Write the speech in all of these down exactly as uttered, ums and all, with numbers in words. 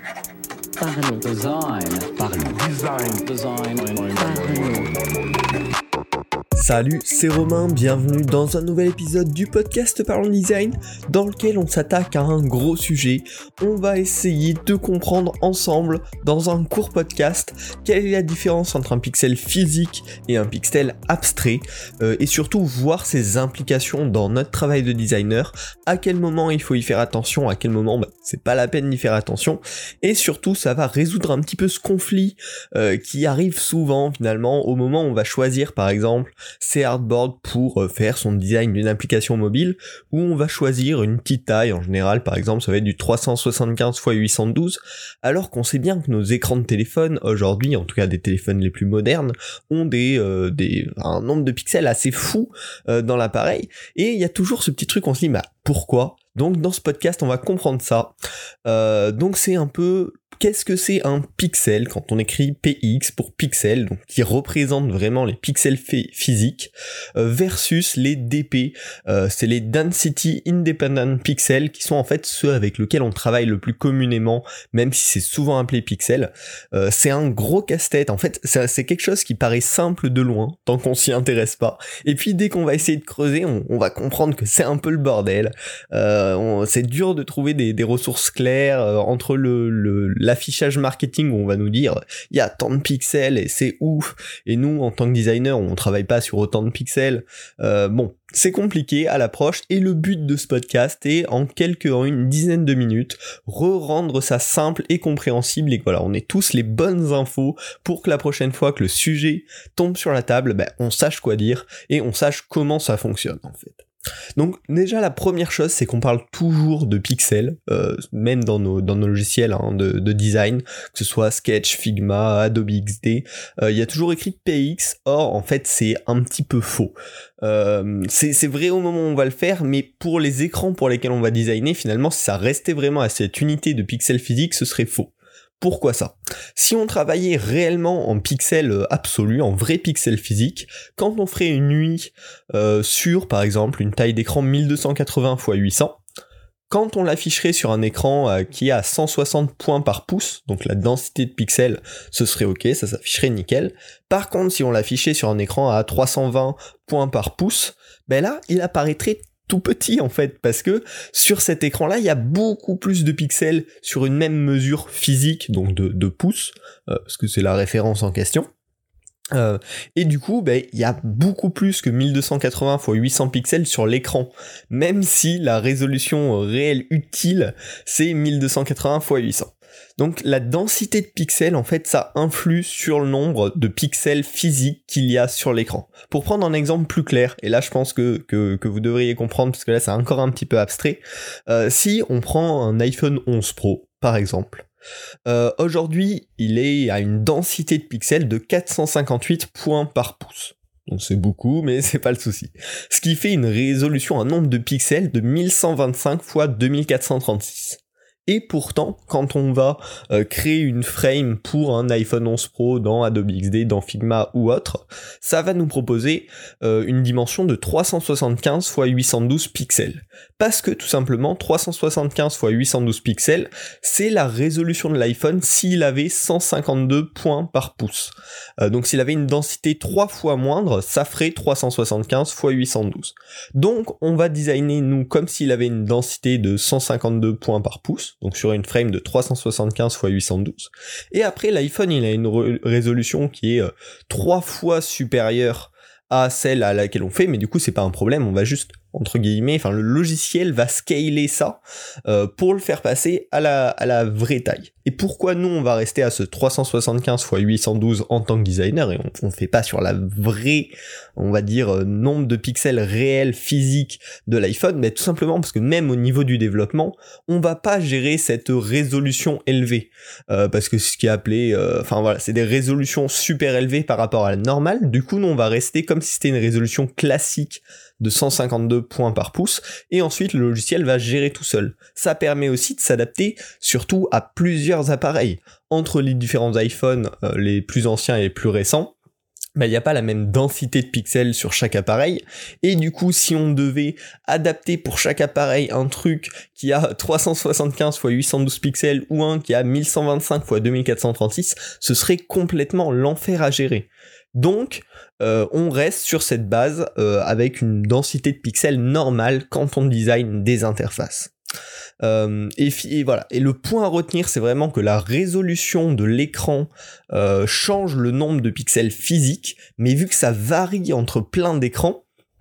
Parlons. Design. Parlons. Design. Design. Parlons. Salut, c'est Romain, bienvenue dans un nouvel épisode du podcast Parlons Design dans lequel on s'attaque à un gros sujet. On va essayer de comprendre ensemble dans un court podcast quelle est la différence entre un pixel physique et un pixel abstrait euh, et surtout voir ses implications dans notre travail de designer, à quel moment il faut y faire attention, à quel moment bah, c'est pas la peine d'y faire attention et surtout ça va résoudre un petit peu ce conflit euh, qui arrive souvent finalement au moment où on va choisir par exemple ses hardboards pour faire son design d'une application mobile, où on va choisir une petite taille, en général par exemple ça va être du trois cent soixante-quinze par huit cent douze, alors qu'on sait bien que nos écrans de téléphone aujourd'hui, en tout cas des téléphones les plus modernes, ont des, euh, des un nombre de pixels assez fou euh, dans l'appareil, et il y a toujours ce petit truc, on se dit bah pourquoi ? Donc dans ce podcast on va comprendre ça, euh, donc c'est un peu... Qu'est-ce que c'est un pixel quand on écrit P X pour pixel, donc qui représente vraiment les pixels f- physiques, euh, versus les D P, euh, c'est les Density Independent Pixels, qui sont en fait ceux avec lesquels on travaille le plus communément, même si c'est souvent appelé pixel. Euh, c'est un gros casse-tête, en fait c'est, c'est quelque chose qui paraît simple de loin, tant qu'on s'y intéresse pas, et puis dès qu'on va essayer de creuser, on, on va comprendre que c'est un peu le bordel. Euh, on, c'est dur de trouver des, des ressources claires euh, entre le, le l'affichage marketing où on va nous dire il y a tant de pixels et c'est ouf, et nous en tant que designer on travaille pas sur autant de pixels, euh, bon c'est compliqué à l'approche, et le but de ce podcast est en quelques, en une dizaine de minutes, re-rendre ça simple et compréhensible, et voilà, on ait tous les bonnes infos pour que la prochaine fois que le sujet tombe sur la table, ben, on sache quoi dire et on sache comment ça fonctionne en fait. Donc déjà la première chose c'est qu'on parle toujours de pixels, euh, même dans nos, dans nos logiciels hein, de, de design, que ce soit Sketch, Figma, Adobe X D, euh, il y a toujours écrit P X, or en fait c'est un petit peu faux. Euh, c'est, c'est vrai au moment où on va le faire, mais pour les écrans pour lesquels on va designer, finalement si ça restait vraiment à cette unité de pixels physiques, ce serait faux. Pourquoi ça ? Si on travaillait réellement en pixels absolus, en vrai pixels physiques, quand on ferait une U I euh, sur, par exemple, une taille d'écran mille deux cent quatre-vingts par huit cents, quand on l'afficherait sur un écran euh, qui est à cent soixante points par pouce, donc la densité de pixels, ce serait ok, ça s'afficherait nickel. Par contre, si on l'affichait sur un écran à trois cent vingt points par pouce, ben là, il apparaîtrait tout petit en fait, parce que sur cet écran là il y a beaucoup plus de pixels sur une même mesure physique, donc de, de pouces, euh, parce que c'est la référence en question. Euh, et du coup, ben, il y a beaucoup plus que mille deux cent quatre-vingts par huit cents pixels sur l'écran, même si la résolution réelle utile c'est mille deux cent quatre-vingts par huit cents. Donc la densité de pixels, en fait, ça influe sur le nombre de pixels physiques qu'il y a sur l'écran. Pour prendre un exemple plus clair, et là je pense que, que, que vous devriez comprendre, parce que là c'est encore un petit peu abstrait, euh, si on prend un iPhone onze Pro, par exemple, euh, aujourd'hui il est à une densité de pixels de quatre cent cinquante-huit points par pouce. Donc c'est beaucoup, mais c'est pas le souci. Ce qui fait une résolution, un nombre de pixels de mille cent vingt-cinq par deux mille quatre cent trente-six. Et pourtant, quand on va euh, créer une frame pour un iPhone onze Pro dans Adobe X D, dans Figma ou autre, ça va nous proposer euh, une dimension de trois cent soixante-quinze par huit cent douze pixels. Parce que tout simplement, trois cent soixante-quinze par huit cent douze pixels, c'est la résolution de l'iPhone s'il avait cent cinquante-deux points par pouce. Euh, donc s'il avait une densité trois fois moindre, ça ferait trois cent soixante-quinze par huit cent douze. Donc on va designer nous comme s'il avait une densité de cent cinquante-deux points par pouce, donc sur une frame de trois cent soixante-quinze par huit cent douze, et après l'iPhone il a une re- résolution qui est euh, trois fois supérieure à celle à laquelle on fait, mais du coup c'est pas un problème, on va juste entre guillemets, enfin le logiciel va scaler ça euh, pour le faire passer à la, à la vraie taille. Et pourquoi nous on va rester à ce trois cent soixante-quinze par huit cent douze en tant que designer, et on ne fait pas sur la vraie, on va dire, euh, nombre de pixels réels physiques de l'iPhone, mais tout simplement parce que même au niveau du développement, on va pas gérer cette résolution élevée, euh, parce que ce qui est appelé, euh, enfin voilà, c'est des résolutions super élevées par rapport à la normale, du coup nous on va rester comme si c'était une résolution classique de cent cinquante-deux points par pouce, et ensuite le logiciel va gérer tout seul. Ça permet aussi de s'adapter surtout à plusieurs appareils. Entre les différents iPhones, euh, les plus anciens et les plus récents, bah, il n'y a pas la même densité de pixels sur chaque appareil, et du coup, si on devait adapter pour chaque appareil un truc qui a trois cent soixante-quinze par huit cent douze pixels, ou un qui a mille cent vingt-cinq par deux mille quatre cent trente-six, ce serait complètement l'enfer à gérer. Donc, euh, on reste sur cette base euh, avec une densité de pixels normale quand on design des interfaces. Euh, et, et voilà. Et le point à retenir, c'est vraiment que la résolution de l'écran euh, change le nombre de pixels physiques, mais vu que ça varie entre plein d'écrans,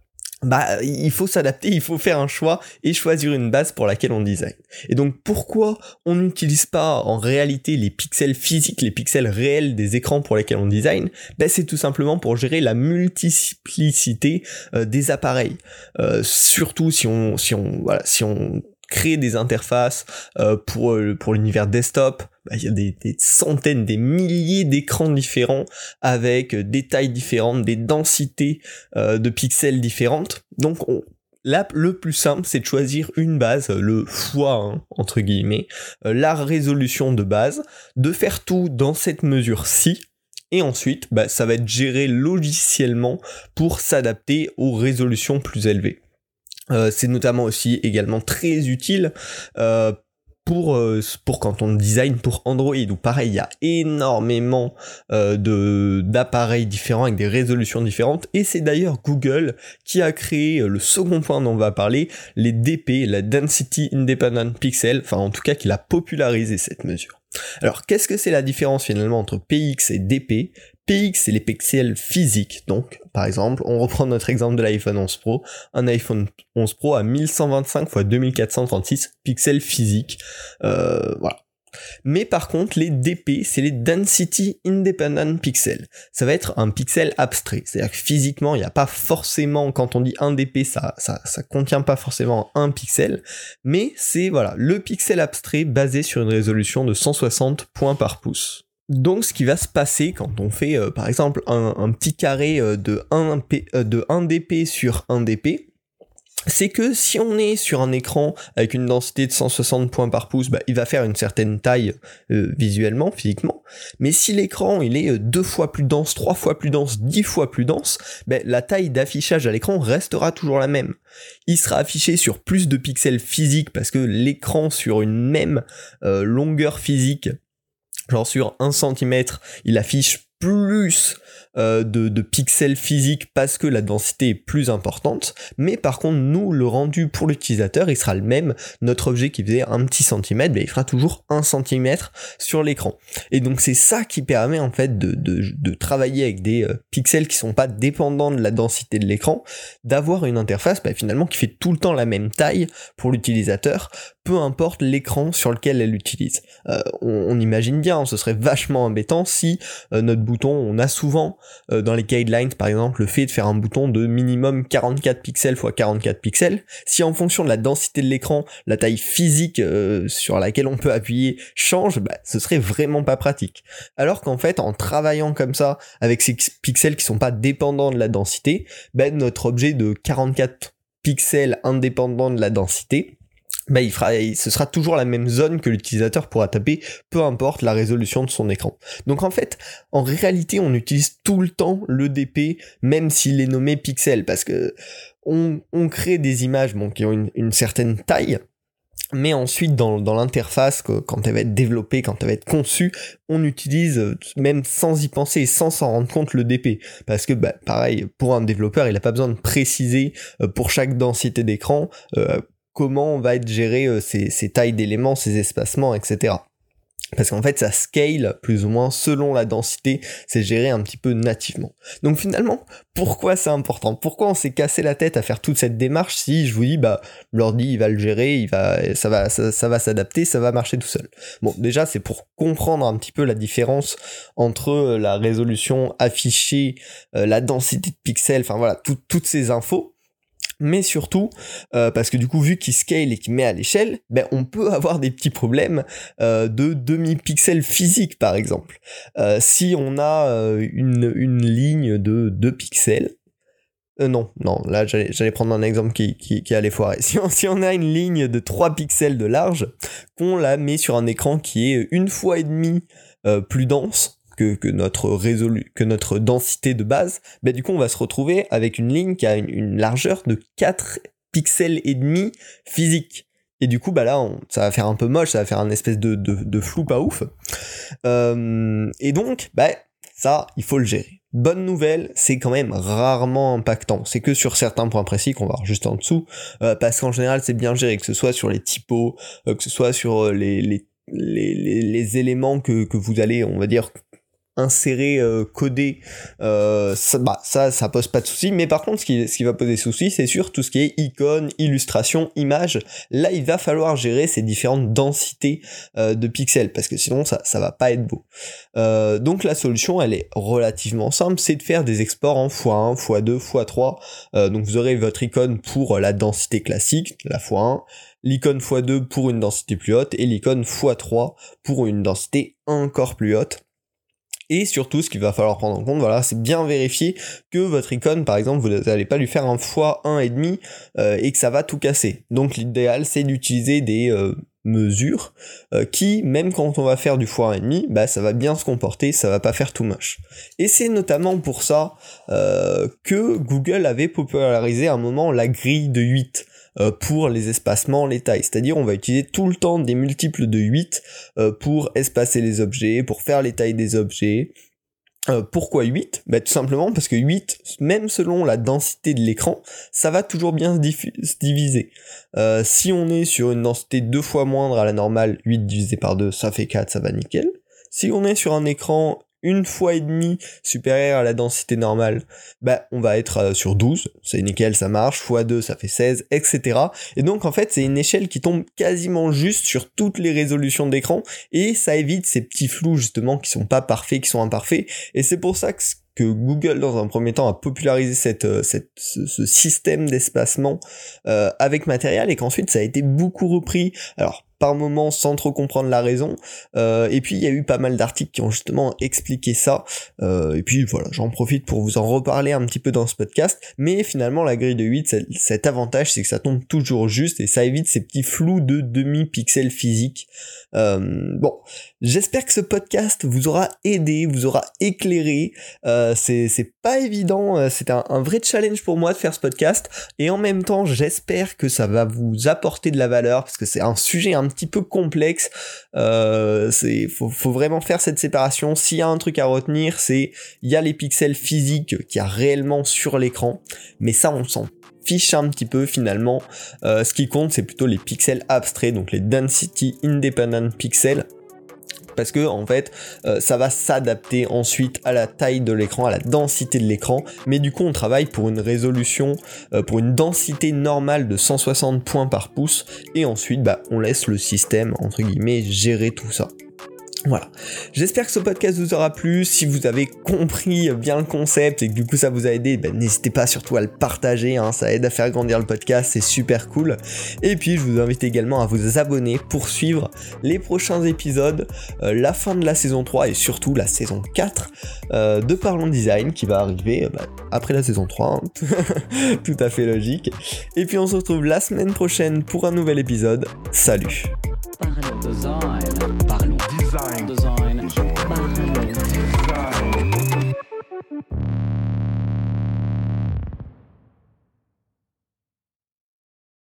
bah il faut s'adapter, il faut faire un choix et choisir une base pour laquelle on design. Et donc pourquoi on n'utilise pas en réalité les pixels physiques, les pixels réels des écrans pour lesquels on design? Bah c'est tout simplement pour gérer la multiplicité euh, des appareils. Euh, surtout si on si on voilà, si on crée des interfaces euh, pour euh, pour l'univers desktop, bah, il y a des, des centaines, des milliers d'écrans différents avec euh, des tailles différentes, des densités euh, de pixels différentes. Donc on, là, le plus simple, c'est de choisir une base, le fois un, entre guillemets, euh, la résolution de base, de faire tout dans cette mesure-ci. Et ensuite, bah, ça va être géré logiciellement pour s'adapter aux résolutions plus élevées. Euh, c'est notamment aussi également très utile euh, pour euh, pour quand on design pour Android, où pareil il y a énormément euh, de d'appareils différents avec des résolutions différentes, et c'est d'ailleurs Google qui a créé euh, le second point dont on va parler, les D P, la Density Independent Pixel, enfin en tout cas qui l'a popularisé cette mesure. Alors qu'est-ce que c'est la différence finalement entre P X et D P? P X c'est les pixels physiques, donc par exemple, on reprend notre exemple de l'iPhone onze Pro, un iPhone onze Pro a mille cent vingt-cinq par deux mille quatre cent trente-six pixels physiques, euh, voilà. Mais par contre, les D P, c'est les Density Independent Pixel. Ça va être un pixel abstrait, c'est-à-dire que physiquement, il n'y a pas forcément, quand on dit un D P, ça, ça, ça contient pas forcément un pixel, mais c'est, voilà, le pixel abstrait basé sur une résolution de cent soixante points par pouce. Donc ce qui va se passer quand on fait euh, par exemple un, un petit carré euh, de, un P, euh, de un D P sur un D P, c'est que si on est sur un écran avec une densité de cent soixante points par pouce, bah, il va faire une certaine taille euh, visuellement, physiquement, mais si l'écran il est deux fois plus dense, trois fois plus dense, dix fois plus dense, bah, la taille d'affichage à l'écran restera toujours la même. Il sera affiché sur plus de pixels physiques parce que l'écran sur une même euh, longueur physique, genre sur un centimètre, il affiche plus euh, de, de pixels physiques parce que la densité est plus importante, mais par contre nous le rendu pour l'utilisateur il sera le même, notre objet qui faisait un petit centimètre, ben, il fera toujours un centimètre sur l'écran. Et donc c'est ça qui permet en fait de, de, de travailler avec des euh, pixels qui sont pas dépendants de la densité de l'écran, d'avoir une interface ben, finalement qui fait tout le temps la même taille pour l'utilisateur, peu importe l'écran sur lequel elle l'utilise. Euh, on, on imagine bien, ce serait vachement embêtant si euh, notre bouton, on a souvent euh, dans les guidelines par exemple le fait de faire un bouton de minimum quarante-quatre pixels fois quarante-quatre pixels, si en fonction de la densité de l'écran, la taille physique euh, sur laquelle on peut appuyer change, bah, ce serait vraiment pas pratique. Alors qu'en fait en travaillant comme ça avec ces pixels qui sont pas dépendants de la densité, bah, notre objet de quarante-quatre pixels indépendant de la densité, bah il fera, ce sera toujours la même zone que l'utilisateur pourra taper, peu importe la résolution de son écran. Donc en fait, en réalité, on utilise tout le temps le D P, même s'il est nommé pixel, parce que on, on crée des images bon, qui ont une, une certaine taille, mais ensuite dans, dans l'interface, quand elle va être développée, quand elle va être conçue, on utilise, même sans y penser et sans s'en rendre compte, le D P. Parce que bah, pareil, pour un développeur, il n'a pas besoin de préciser euh, pour chaque densité d'écran euh, comment on va être géré euh, ces, ces tailles d'éléments, ces espacements, et cetera. Parce qu'en fait, ça scale plus ou moins selon la densité, c'est géré un petit peu nativement. Donc finalement, pourquoi c'est important? Pourquoi on s'est cassé la tête à faire toute cette démarche si je vous dis, bah, l'ordi, il va le gérer, il va, ça va, ça, ça va s'adapter, ça va marcher tout seul. Bon, déjà, c'est pour comprendre un petit peu la différence entre la résolution affichée, euh, la densité de pixels, enfin voilà, tout, toutes ces infos. Mais surtout, euh, parce que du coup, vu qu'il scale et qu'il met à l'échelle, ben on peut avoir des petits problèmes euh, de demi-pixels physiques, par exemple. Euh, si on a euh, une, une ligne de deux pixels, euh, non, non, là j'allais, j'allais prendre un exemple qui, qui, qui allait foirer. Si on, si on a une ligne de trois pixels de large, qu'on la met sur un écran qui est une fois et demi euh, plus dense, que, que notre résolu, que notre densité de base, bah du coup on va se retrouver avec une ligne qui a une, une largeur de quatre pixels et demi physique. Et du coup, bah là, on, ça va faire un peu moche, ça va faire un espèce de, de, de flou pas ouf. Euh, et donc, bah, ça, il faut le gérer. Bonne nouvelle, c'est quand même rarement impactant. C'est que sur certains points précis qu'on va voir juste en dessous, euh, parce qu'en général, c'est bien géré, que ce soit sur les typos, euh, que ce soit sur les, les, les, les, les éléments que, que vous allez, on va dire, insérer, euh, coder, euh, ça, bah, ça, ça pose pas de soucis, mais par contre, ce qui, ce qui va poser soucis, c'est sur tout ce qui est icônes, illustrations, images. Là, il va falloir gérer ces différentes densités euh, de pixels, parce que sinon, ça, ça va pas être beau. Euh, donc, la solution, elle est relativement simple, c'est de faire des exports en fois un, fois deux, fois trois. Euh, donc, vous aurez votre icône pour la densité classique, la fois un, l'icône fois deux pour une densité plus haute, et l'icône fois trois pour une densité encore plus haute. Et surtout, ce qu'il va falloir prendre en compte, voilà, c'est bien vérifier que votre icône, par exemple, vous n'allez pas lui faire un fois un virgule cinq euh, et que ça va tout casser. Donc l'idéal, c'est d'utiliser des euh, mesures euh, qui, même quand on va faire du fois un virgule cinq, bah ça va bien se comporter, ça va pas faire tout moche. Et c'est notamment pour ça euh, que Google avait popularisé à un moment la grille de huit. Pour les espacements, les tailles. C'est-à-dire on va utiliser tout le temps des multiples de huit euh, pour espacer les objets, pour faire les tailles des objets. Euh, pourquoi huit ? Bah tout simplement parce que huit, même selon la densité de l'écran, ça va toujours bien se, diffu- se diviser. Euh, si on est sur une densité deux fois moindre à la normale, huit divisé par deux, ça fait quatre, ça va nickel. Si on est sur un écran une fois et demi supérieur à la densité normale, bah on va être euh, sur douze, c'est nickel, ça marche, fois deux ça fait seize, et cetera. Et donc en fait c'est une échelle qui tombe quasiment juste sur toutes les résolutions d'écran, et ça évite ces petits flous justement qui sont pas parfaits, qui sont imparfaits, et c'est pour ça que que Google dans un premier temps a popularisé cette, cette, ce, ce système d'espacement euh, avec Material, et qu'ensuite ça a été beaucoup repris, alors par moments sans trop comprendre la raison, euh, et puis il y a eu pas mal d'articles qui ont justement expliqué ça, euh, et puis voilà, j'en profite pour vous en reparler un petit peu dans ce podcast, mais finalement la grille de huit, cet, cet avantage c'est que ça tombe toujours juste, et ça évite ces petits flous de demi-pixels physiques. Euh, bon, j'espère que ce podcast vous aura aidé, vous aura éclairé, euh, c'est, c'est pas évident, c'est un, un vrai challenge pour moi de faire ce podcast, et en même temps j'espère que ça va vous apporter de la valeur, parce que c'est un sujet un petit peu complexe, euh, c'est, faut, faut vraiment faire cette séparation. S'il y a un truc à retenir, c'est, il y a les pixels physiques qu'il y a réellement sur l'écran, mais ça on s'en fiche un petit peu finalement, euh, ce qui compte c'est plutôt les pixels abstraits, donc les density independent pixels, parce que en fait euh, ça va s'adapter ensuite à la taille de l'écran, à la densité de l'écran, mais du coup on travaille pour une résolution, euh, pour une densité normale de cent soixante points par pouce, et ensuite bah on laisse le système entre guillemets gérer tout ça. Voilà, j'espère que ce podcast vous aura plu. Si vous avez compris bien le concept et que du coup ça vous a aidé, ben, n'hésitez pas surtout à le partager, hein, ça aide à faire grandir le podcast, c'est super cool. Et puis je vous invite également à vous abonner pour suivre les prochains épisodes, euh, la fin de la saison trois et surtout la saison quatre euh, de Parlons Design qui va arriver euh, bah, après la saison trois, hein. Tout à fait logique. Et puis on se retrouve la semaine prochaine pour un nouvel épisode. Salut. Design.